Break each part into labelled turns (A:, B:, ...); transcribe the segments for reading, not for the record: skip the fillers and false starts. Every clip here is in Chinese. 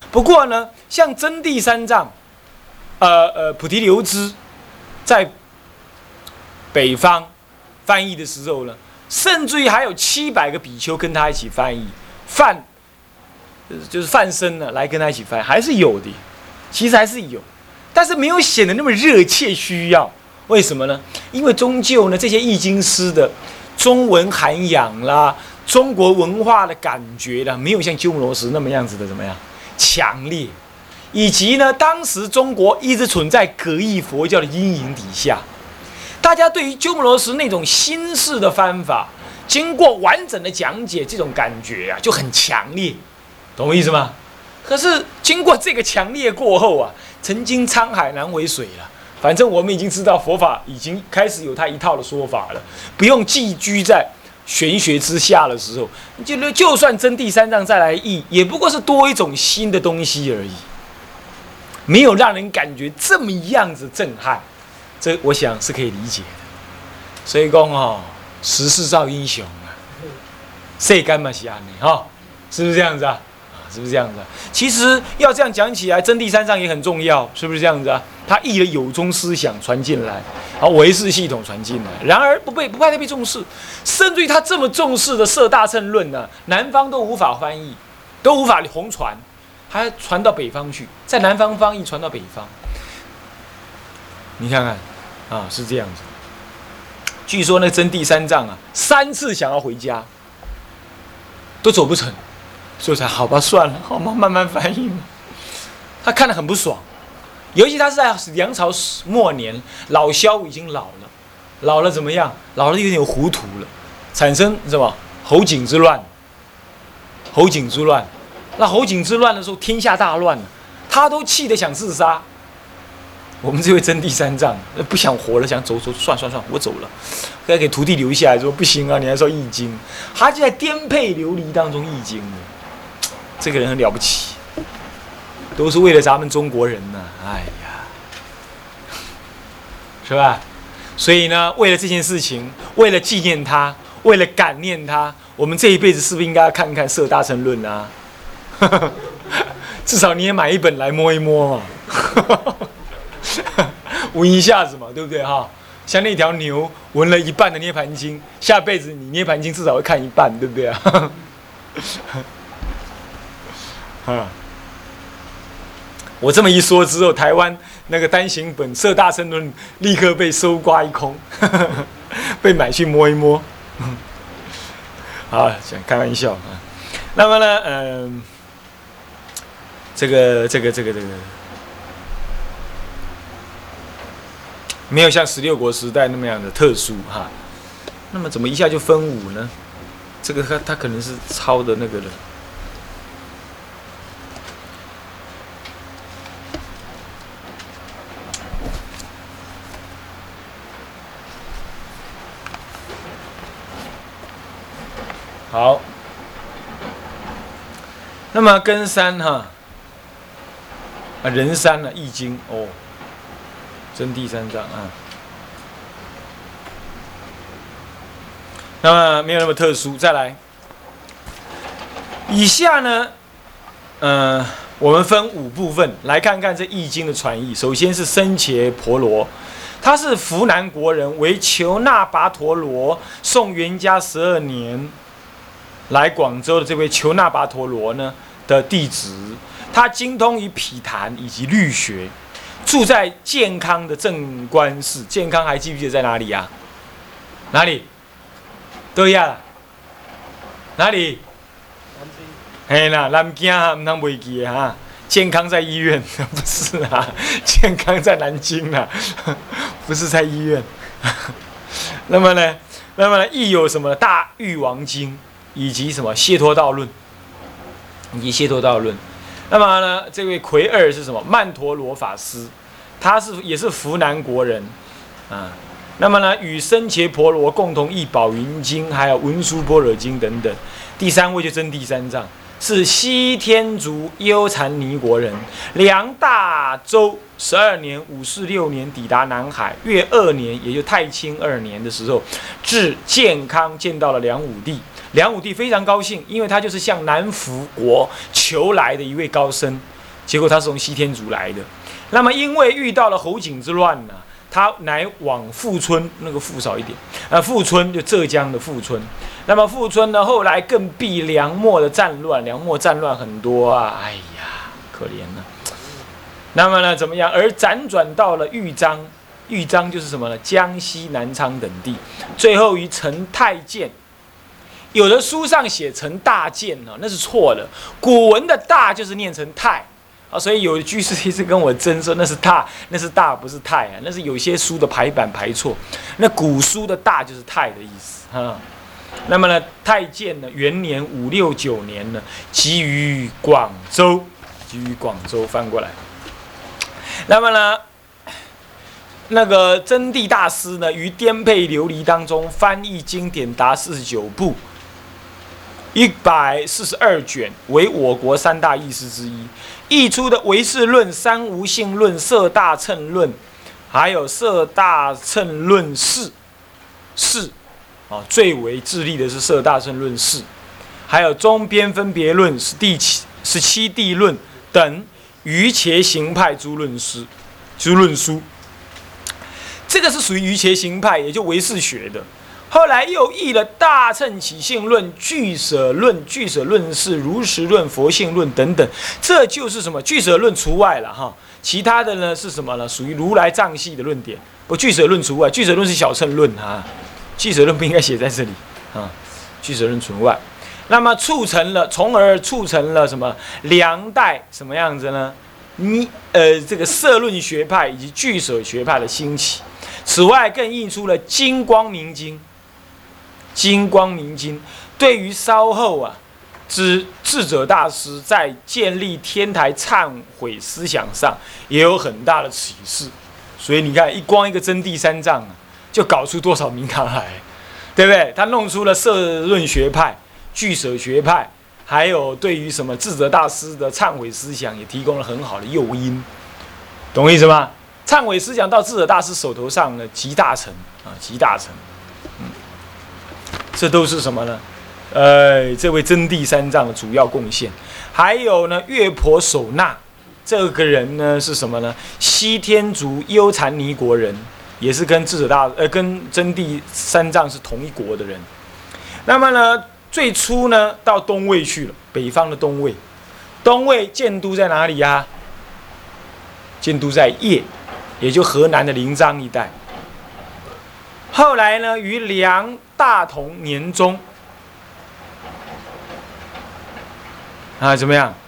A: 不过呢，像真谛三藏，菩提流支在北方翻译的时候呢，甚至于还有700个比丘跟他一起翻译，就是梵僧呢来跟他一起翻译，还是有的，其实还是有，但是没有显得那么热切需要。为什么呢？因为终究呢，这些译经师的中文涵养啦、中国文化的感觉啦，没有像鸠摩罗什那么样子的怎么样强烈，以及呢，当时中国一直存在格义佛教的阴影底下，大家对于鸠摩罗什那种新式的方法，经过完整的讲解，这种感觉啊就很强烈，懂我意思吗？可是经过这个强烈过后啊，曾经沧海难为水了。反正我们已经知道佛法已经开始有它一套的说法了，不用寄居在玄学之下的时候，就算真谛三藏再来译，也不过是多一种新的东西而已，没有让人感觉这么样子震撼，这我想是可以理解的。所以讲哦，时势造英雄啊，世间嘛是安尼哈，是不是这样子啊？是不是这样子啊？其实要这样讲起来，真谛三藏也很重要，是不是这样子啊？他译了有宗思想传进来，啊，唯识系统传进来，然而不太被重视，甚至于他这么重视的《摄大乘论》呢，南方都无法翻译，都无法弘传，还传到北方去，在南方翻译传到北方。你看看，啊，是这样子。据说那真谛三藏啊，3次想要回家，都走不成。所以才好吧，算了，好嘛，慢慢翻译嘛。他看得很不爽，尤其他是在梁朝末年，老萧已经老了怎么样？老了有点糊涂了，产生什么侯景之乱？那侯景之乱的时候，天下大乱了，他都气得想自杀。我们这位真谛三藏不想活了，想走，算，我走了，该给徒弟留下来说不行啊，你还说易经，他就在颠沛流离当中易经了。这个人很了不起，都是为了咱们中国人呢，哎呀，是吧？所以呢，为了这件事情，为了纪念他，为了感念他，我们这一辈子是不是应该要看看《摄大乘论》啊？至少你也买一本来摸一摸嘛，闻一下子嘛，对不对哈？像那条牛闻了一半的涅盘经，下辈子你涅盘经至少会看一半，对不对啊？我这么一说之后，台湾那个单行本《摄大乘论》立刻被搜刮一空，被买去摸一摸。好，想开玩笑啊。那么呢，这个，没有像16国时代那么样的特殊哈。那么怎么一下就分5呢？这个他可能是抄的那个了。好，那么根三哈，人三呢，易经哦，真谛三藏啊，那么没有那么特殊。再来，以下呢，我们分5部分来看看这易经的传译。首先是僧伽婆罗，他是扶南国人，为求那跋陀罗宋元嘉12年。来广州的这位求那跋陀罗呢的弟子，他精通于毗昙以及律学，住在健康的正观寺。健康还记不记得在哪里呀？哪里？对呀，哪里？嘿啦，南京啊，唔通袂记的哈。健康在医院，不是啊，健康在南京啊，不是在医院。那么呢，亦有什么大玉王经？以及什么解脱道论，那么呢，这位魁二是什么？曼陀罗法师，他也是扶南国人啊。那么呢，与僧伽婆罗共同译宝云经，还有文殊般若经等等。第3位就真谛三藏，是西天竺优禅尼国人，梁大周12年546年抵达南海，越2年，也就太清2年的时候，至健康见到了梁武帝。梁武帝非常高兴，因为他就是向南福国求来的一位高僧。 结果他是从西天竺来的。那么因为遇到了侯景之乱呢，他乃往富春，那个富少一点，富春就浙江的富春。那么富春呢，后来更避梁末的战乱，梁末战乱很多啊，哎呀，可怜了。那么呢，怎么样？而辗转到了豫章，豫章就是什么呢？江西南昌等地，最后于成太监。有的书上写成大监呢，那是错的。古文的大就是念成太啊，所以有居士一直跟我争说那是大，那是大不是太啊，那是有些书的排版排错。那古书的大就是太的意思啊。那么呢，太监呢，元年569年呢，集于广州，集于广州翻过来。那么呢，那个真谛大师呢，于颠沛流离当中翻译经典达49部。142卷为我国3大义师之一，译出的《唯识论》《三无性论》《摄大乘论》，还有《摄大乘论释》最为致力的是《摄大乘论释》，还有《中边分别论》是第17地论等瑜伽行派诸论书。这个是属于瑜伽行派，也就唯识学的。后来又译了《大乘起信论》《俱舍论》《俱舍论释》《如实论》《佛性论》等等，这就是什么？俱舍论除外了哈，其他的呢是什么呢？属于如来藏系的论点。不，俱舍论除外，俱舍论是小乘论啊，俱舍论不应该写在这里啊，俱舍论除外。那么从而促成了什么？梁代什么样子呢？这个摄论学派以及俱舍学派的兴起。此外，更译出了《金光明经》。金光明经对于稍后之智者大师在建立天台忏悔思想上也有很大的启示。所以你看，一个真谛三藏就搞出多少名堂来，对不对？他弄出了摄论学派、俱舍学派，还有对于什么智者大师的忏悔思想也提供了很好的诱因，懂我意思吗？忏悔思想到智者大师手头上呢，集大成啊，集大成。这都是什么呢？这位真谛三藏的主要贡献。还有呢，月婆守那这个人呢是什么呢？西天竺优禅尼国人，也是跟跟真谛三藏是同一国的人。那么呢，最初呢到东魏去了，北方的东魏。东魏建都在哪里呀？建都在邺，也就河南的临漳一带。后来呢，于梁大同年中怎么样？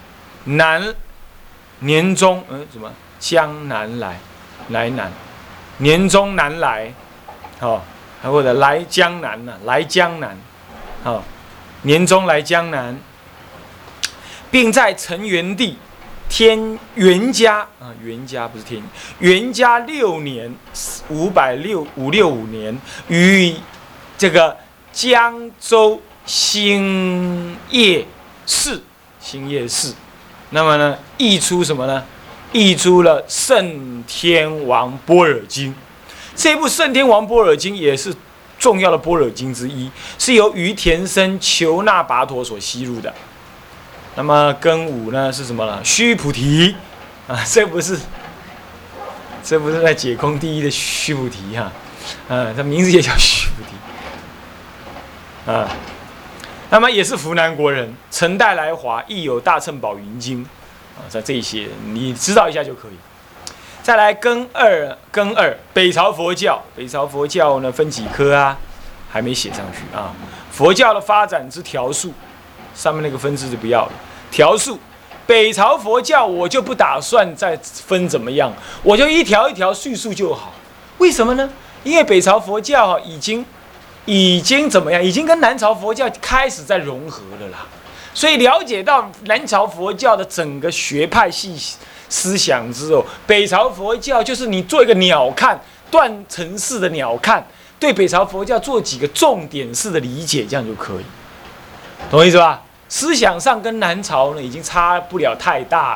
A: 年中什么？江南来南，年中南来，或者来江南来江南，年中来江南，并在陈元帝元嘉不是天，元嘉6年565年，于这个江州兴业寺，那么呢，译出什么呢？译出了《圣天王般若经》。这部《圣天王般若经》也是重要的般若经之一，是由于田生求那跋陀所吸入的。那么庚午呢是什么呢？须菩提这不是在解空第一的须菩提他名字也叫须菩提那么也是湖南国人，陈代来华亦有《大乘宝云经》在这些你知道一下就可以。再来庚二，北朝佛教呢分几科还没写上去佛教的发展之条数。上面那个分支就不要了。条数，北朝佛教我就不打算再分怎么样，我就一条一条叙述就好。为什么呢？因为北朝佛教已经怎么样？已经跟南朝佛教开始在融合了啦。所以了解到南朝佛教的整个学派系思想之后，北朝佛教就是你做一个鸟瞰，断层式的鸟瞰，对北朝佛教做几个重点式的理解，这样就可以。懂我意思吧？思想上跟南朝呢已经差不了太大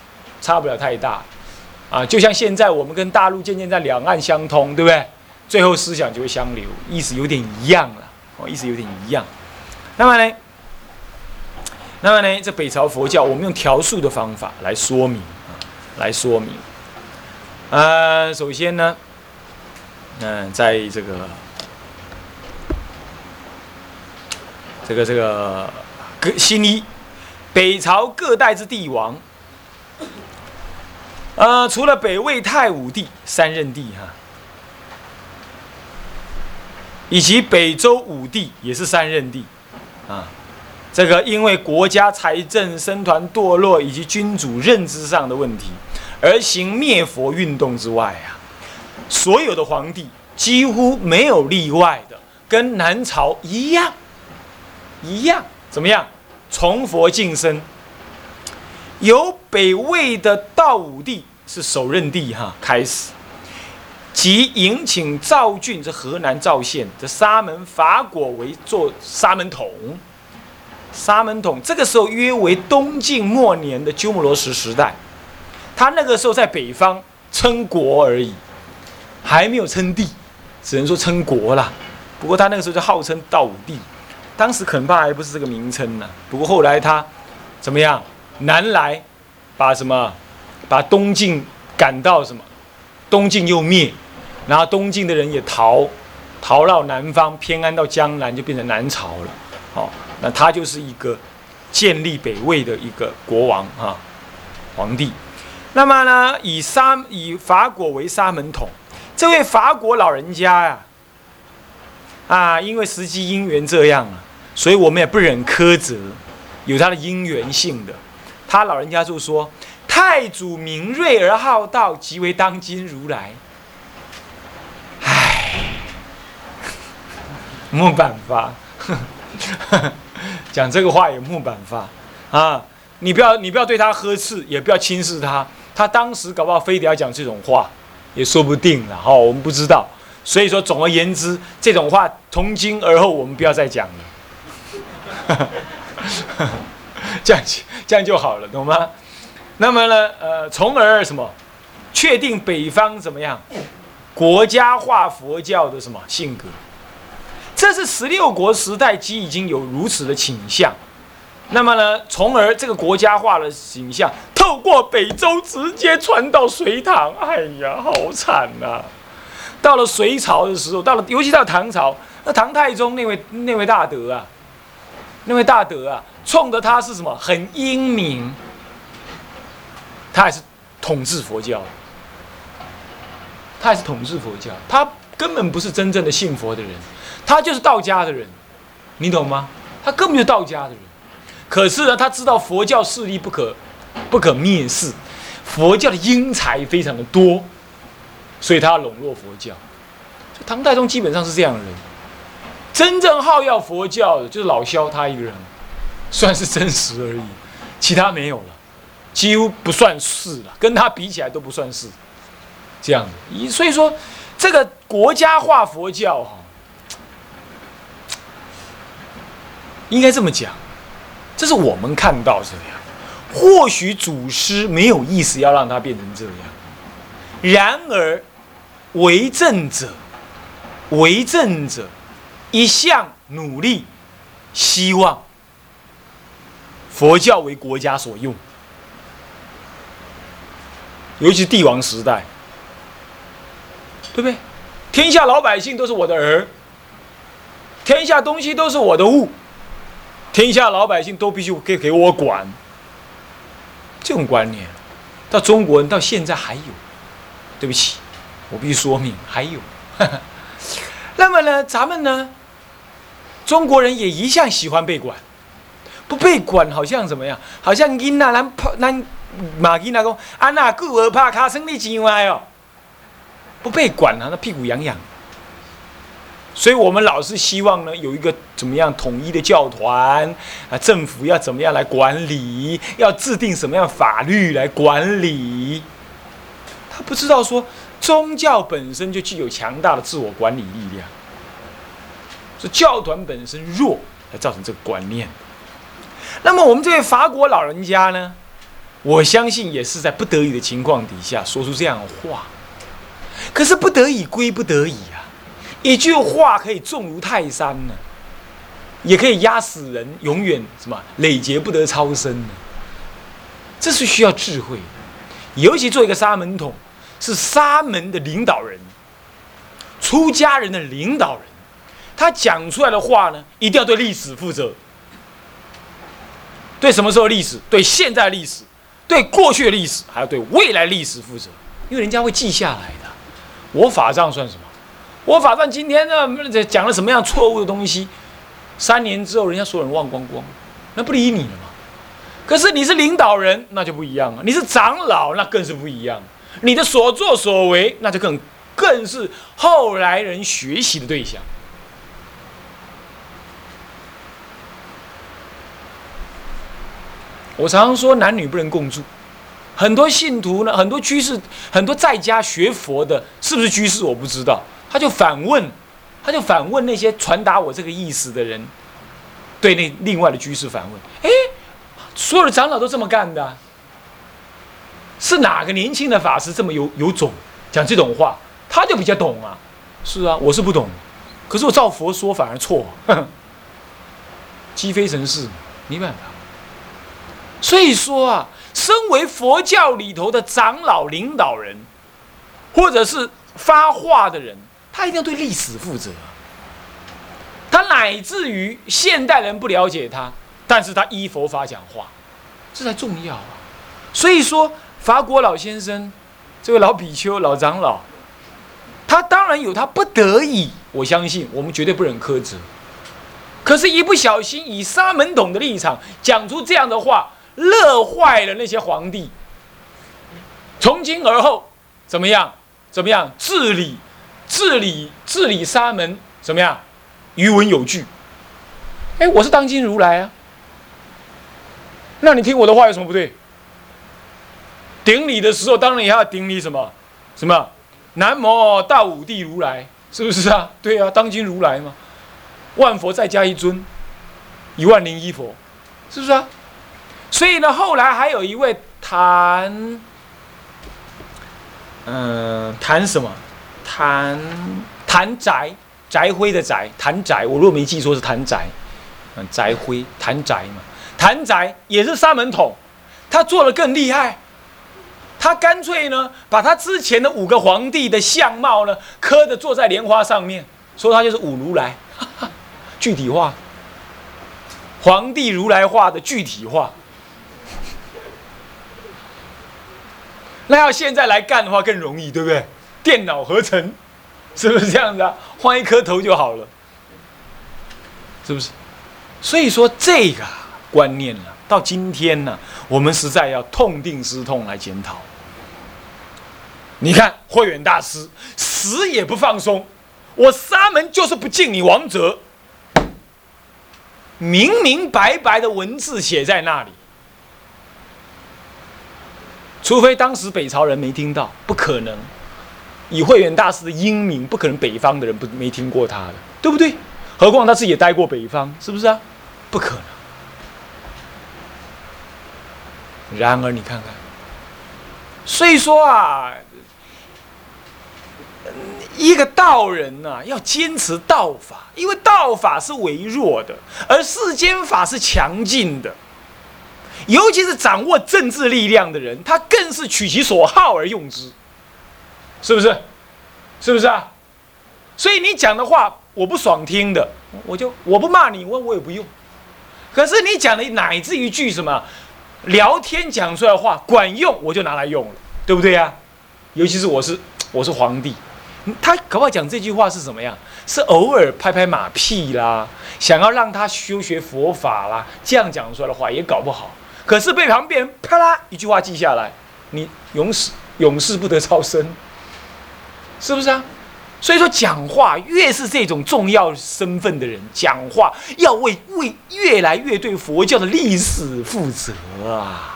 A: 了，就像现在我们跟大陆渐渐在两岸相通，对不对？最后思想就会相流，意思有点一样了，意思有点一样。那么呢， 那么呢，这北朝佛教，我们用条述的方法来说明来说明。首先呢，在这个新一北朝各代之帝王，除了北魏太武帝三任帝以及北周武帝也是三任帝这个因为国家财政僧团堕落以及君主认知上的问题而行灭佛运动之外所有的皇帝几乎没有例外的，跟南朝一样，怎么样？崇佛敬僧。由北魏的道武帝是首任帝开始，即迎请赵郡，这河南赵县这沙门法果为做沙门统。沙门统这个时候约为东晋末年的鸠摩罗什时代，他那个时候在北方称国而已，还没有称帝，只能说称国啦。不过他那个时候就号称道武帝，当时恐怕还不是这个名称呢。不过后来他怎么样？南来，把东晋赶到东晋又灭，然后东晋的人也逃到南方，偏安到江南，就变成南朝了。那他就是一个建立北魏的一个国王皇帝。那么呢，以法果为沙门统。这位法果老人家因为时机因缘这样所以我们也不忍苛责，有他的因缘性的。他老人家就说：“太祖明锐而好道，即为当今如来。”没办法，讲这个话也没办法你不要对他呵斥，也不要轻视他。他当时搞不好非得要讲这种话，也说不定了我们不知道。所以说，总而言之，这种话从今而后我们不要再讲了。这样就好了，懂吗？那么呢，从而确定北方怎么样国家化佛教的性格。这是16国时代即已经有如此的倾向。那么呢，从而这个国家化的倾向透过北周直接传到隋唐。哎呀，好惨到了隋朝的时候，尤其到唐朝，那唐太宗那位大德冲着他是很英明，他还是统治佛教，他根本不是真正的信佛的人，他就是道家的人，你懂吗？他根本就是道家的人。可是呢，他知道佛教势力不可蔑视，佛教的英才非常的多，所以他要笼络佛教。唐太宗基本上是这样的人，真正好要佛教的就是老萧他一个人，算是真实而已，其他没有了，几乎不算是了，跟他比起来都不算是这样的。所以说，这个国家化佛教应该这么讲，这是我们看到这样。或许祖师没有意思要让它变成这样，然而为政者一向努力，希望佛教为国家所用，尤其是帝王时代，对不对？天下老百姓都是我的儿，天下东西都是我的物，天下老百姓都必须给我管。这种观念到中国人到现在还有，对不起，我必须说明还有。那么呢，咱们呢，中国人也一向喜欢被管，不被管好像怎么样？好像囡仔咱马囡仔讲，啊那久而拍卡生你钱歪哦，不被管那屁股痒痒。所以我们老是希望呢，有一个怎么样统一的教团政府要怎么样来管理，要制定什么样法律来管理。他不知道说，宗教本身就具有强大的自我管理力量，是教团本身弱，才造成这个观念。那么我们这位法国老人家呢，我相信也是在不得已的情况底下说出这样的话。可是不得已归不得已啊。一句话可以重如泰山呢， 也可以压死人，永远什么累劫不得超生的。这是需要智慧的，尤其做一个沙门统，是沙门的领导人，出家人的领导人，他讲出来的话呢，一定要对历史负责。对什么时候历史？对现在历史，对过去的历史，还要对未来历史负责，因为人家会记下来的。我法藏算什么？我法藏今天呢讲了什么样错误的东西，3年之后人家所有人忘光光，那不理你了吗？可是你是领导人，那就不一样了；你是长老，那更是不一样。你的所作所为，那就更是后来人学习的对象。我常常说，男女不能共住。很多信徒呢，很多居士，很多在家学佛的，是不是居士我不知道。他就反问那些传达我这个意思的人，对那另外的居士反问：哎，所有的长老都这么干的啊，是哪个年轻的法师这么有种讲这种话？他就比较懂啊。是啊，我是不懂，可是我照佛说反而错，鸡飞神似，没办法。所以说啊，身为佛教里头的长老领导人，或者是发话的人，他一定要对历史负责。他乃至于现代人不了解他，但是他依佛法讲话，这才重要啊。所以说，法果老先生，这位老比丘、老长老，他当然有他不得已，我相信我们绝对不能苛责。可是，一不小心以沙门统的立场讲出这样的话，乐坏了那些皇帝。从今而后，怎么样？治理沙门，怎么样？于文有据。哎，我是当今如来啊，那你听我的话有什么不对？顶礼的时候，当然也要顶礼什么？南无大武帝如来，是不是啊？对啊，当今如来嘛，万佛再加一尊，10001佛，是不是啊？所以呢，后来还有一位谭什么？谭翟辉的翟，谭翟，我如果没记错是谭翟，翟辉，谭翟嘛。谭翟也是沙门统，他做得更厉害，他干脆呢，把他之前的5个皇帝的相貌呢，刻的坐在莲花上面，说他就是5如来，具体化，皇帝如来化的具体化。那要现在来干的话更容易，对不对？电脑合成，是不是这样子啊？换一颗头就好了，是不是？所以说这个观念呢，到今天呢，我们实在要痛定思痛来检讨。你看慧远大师死也不放松，我沙门就是不敬你王者，明明白白的文字写在那里。除非当时北朝人没听到，不可能。以慧远大师的英名，不可能北方的人没听过他的，对不对？何况他自己也待过北方，是不是啊？不可能。然而你看看，所以说啊，一个道人呐，要坚持道法，因为道法是微弱的，而世间法是强劲的。尤其是掌握政治力量的人，他更是取其所好而用之，是不是？是不是啊？所以你讲的话我不爽听的，我不骂你，我也不用。可是你讲的乃至一句什么聊天讲出来的话管用，我就拿来用了，对不对呀？尤其是我是皇帝，他搞不好讲这句话是什么样？是偶尔拍拍马屁啦，想要让他修学佛法啦，这样讲出来的话也搞不好。可是被旁边人啪啦一句话记下来，你永世不得超生，是不是啊？所以说讲话越是这种重要身份的人，讲话要为越来越对佛教的历史负责啊。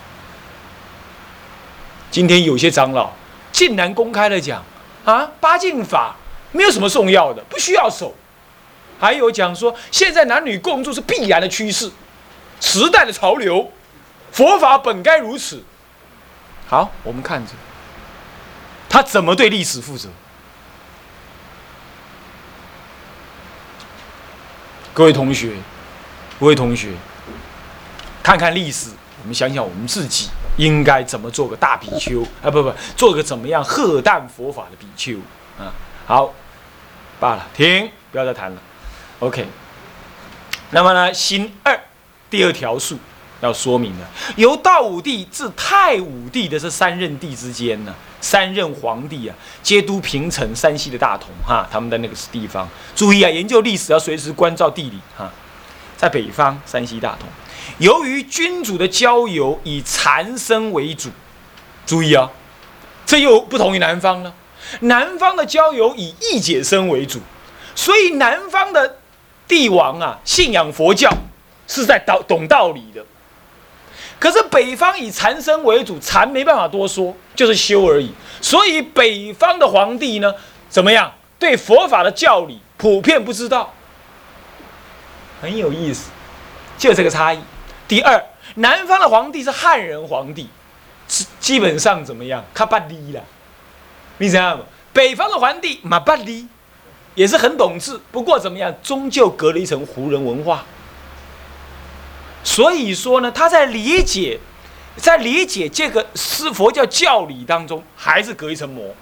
A: 今天有些长老竟然公开的讲啊，八敬法没有什么重要的，不需要守。还有讲说现在男女共住是必然的趋势，时代的潮流，佛法本该如此。好，我们看着他怎么对历史负责。 各位同学，各位同学，看看历史，我们想想我们自己应该怎么做个大比丘啊？不，做个怎么样荷担佛法的比丘啊？好，罢了，停，不要再谈了。OK。那么呢，新二第二条数要说明的，由道武帝至太武帝的这三任帝之间呢，三任皇帝啊，皆都平城山西的大同哈，他们的那个地方。注意啊，研究历史要随时关照地理哈。在北方山西大同，由于君主的交友以禅僧为主，注意啊，这又不同于南方了。南方的交友以义解僧为主，所以南方的帝王啊，信仰佛教是在懂道理的。可是北方以禅僧为主，禅没办法多说，就是修而已。所以北方的皇帝呢，怎么样？对佛法的教理普遍不知道，很有意思，就这个差异。第二，南方的皇帝是汉人皇帝，基本上怎么样？他不理了，你知道吗？北方的皇帝嘛不理。也是很懂事，不过怎么样，终究隔了一层胡人文化。所以说呢，他在理解这个佛教教理当中，还是隔一层膜。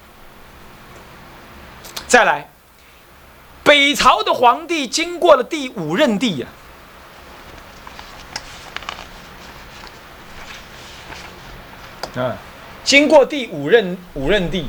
A: 再来，北朝的皇帝经过了第五任帝经过第五任帝。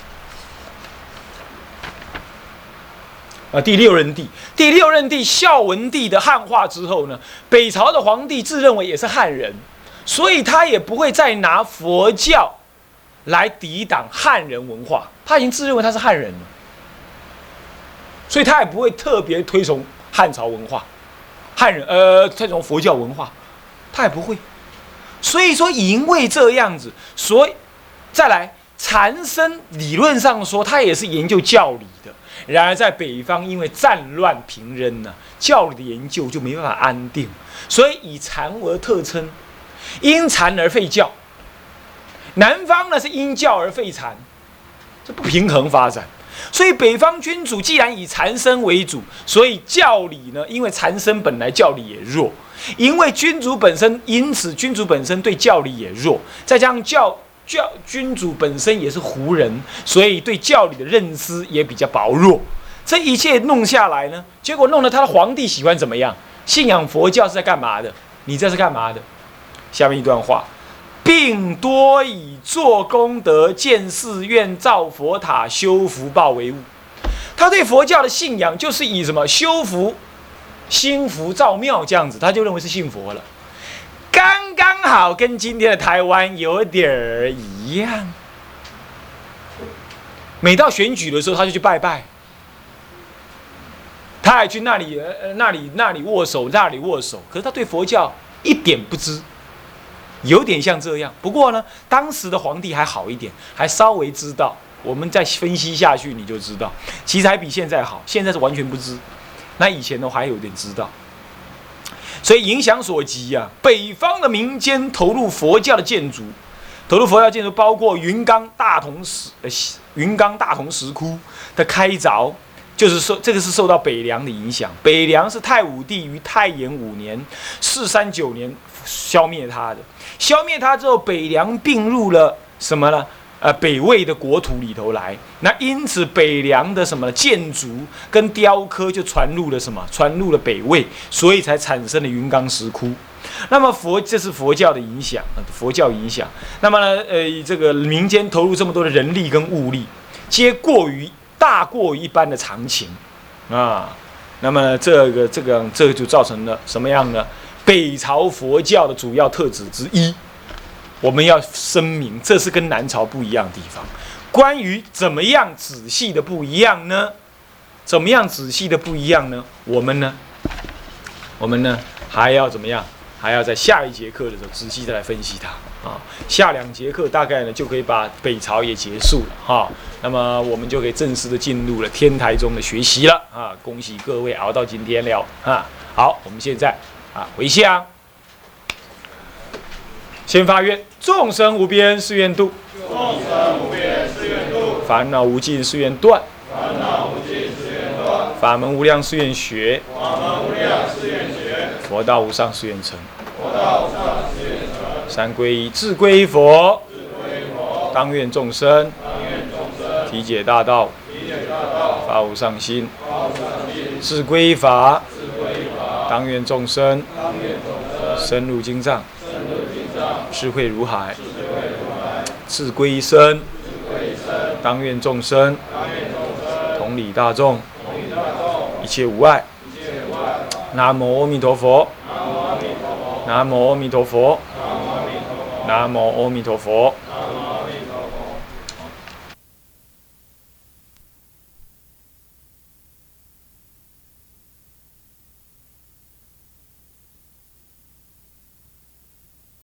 A: 第六任帝孝文帝的汉化之后呢，北朝的皇帝自认为也是汉人，所以他也不会再拿佛教来抵挡汉人文化，他已经自认为他是汉人了，所以他也不会特别推崇汉朝文化，推崇佛教文化，他也不会。所以说，因为这样子，所以再来禅僧理论上说，他也是研究教理的。然而在北方，因为战乱频仍呢，教理的研究就没办法安定，所以以禅为特称，因禅而废教。南方呢是因教而废禅，这不平衡发展。所以北方君主既然以禅僧为主，所以教理呢，因为禅僧本来教理也弱，因此君主本身对教理也弱，再加上君主本身也是胡人，所以对教理的认知也比较薄弱。这一切弄下来呢，结果弄得他的皇帝喜欢怎么样？信仰佛教是在干嘛的？你这是干嘛的？下面一段话，并多以做功德、建寺院、造佛塔、修福报为务。他对佛教的信仰就是以什么修福、兴福、造庙这样子，他就认为是信佛了。刚刚好跟今天的台湾有点儿一样。每到选举的时候，他就去拜拜，他还去那里握手，那里握手。可是他对佛教一点不知，有点像这样。不过呢，当时的皇帝还好一点，还稍微知道。我们再分析下去，你就知道，其实还比现在好。现在是完全不知，那以前的还有点知道。所以影响所及啊，北方的民间投入佛教的建筑，包括云冈大同石窟的开凿，就是这个是受到北凉的影响。北凉是太武帝于太延5年439年消灭他的，消灭他之后，北凉并入了什么呢？北魏的国土里头来，那因此北凉的什么建筑跟雕刻就传入了什么？传入了北魏，所以才产生了云冈石窟。那么这是佛教的影响，佛教影响。那么呢，这个民间投入这么多的人力跟物力，皆大过于一般的常情啊。那么呢，这个就造成了什么样呢？北朝佛教的主要特质之一。我们要声明，这是跟南朝不一样的地方。关于怎么样仔细的不一样呢？我们呢还要怎么样？还要在下一节课的时候仔细再来分析它啊。下2节课大概呢就可以把北朝也结束了哈。那么我们就可以正式的进入了天台宗的学习了啊！恭喜各位熬到今天了啊！好，我们现在回向。先发愿：众生无边誓愿度，烦恼无尽誓愿断，法门无量誓愿学， 佛道无上誓愿成。三皈依，自皈依佛，当愿众生体解大道，发无上心；自皈依法，当愿众生深入经藏，智慧如海；自皈依身，当愿众生同理大众，一切无碍。南无阿弥陀佛。南无阿弥陀佛。南无阿弥陀佛。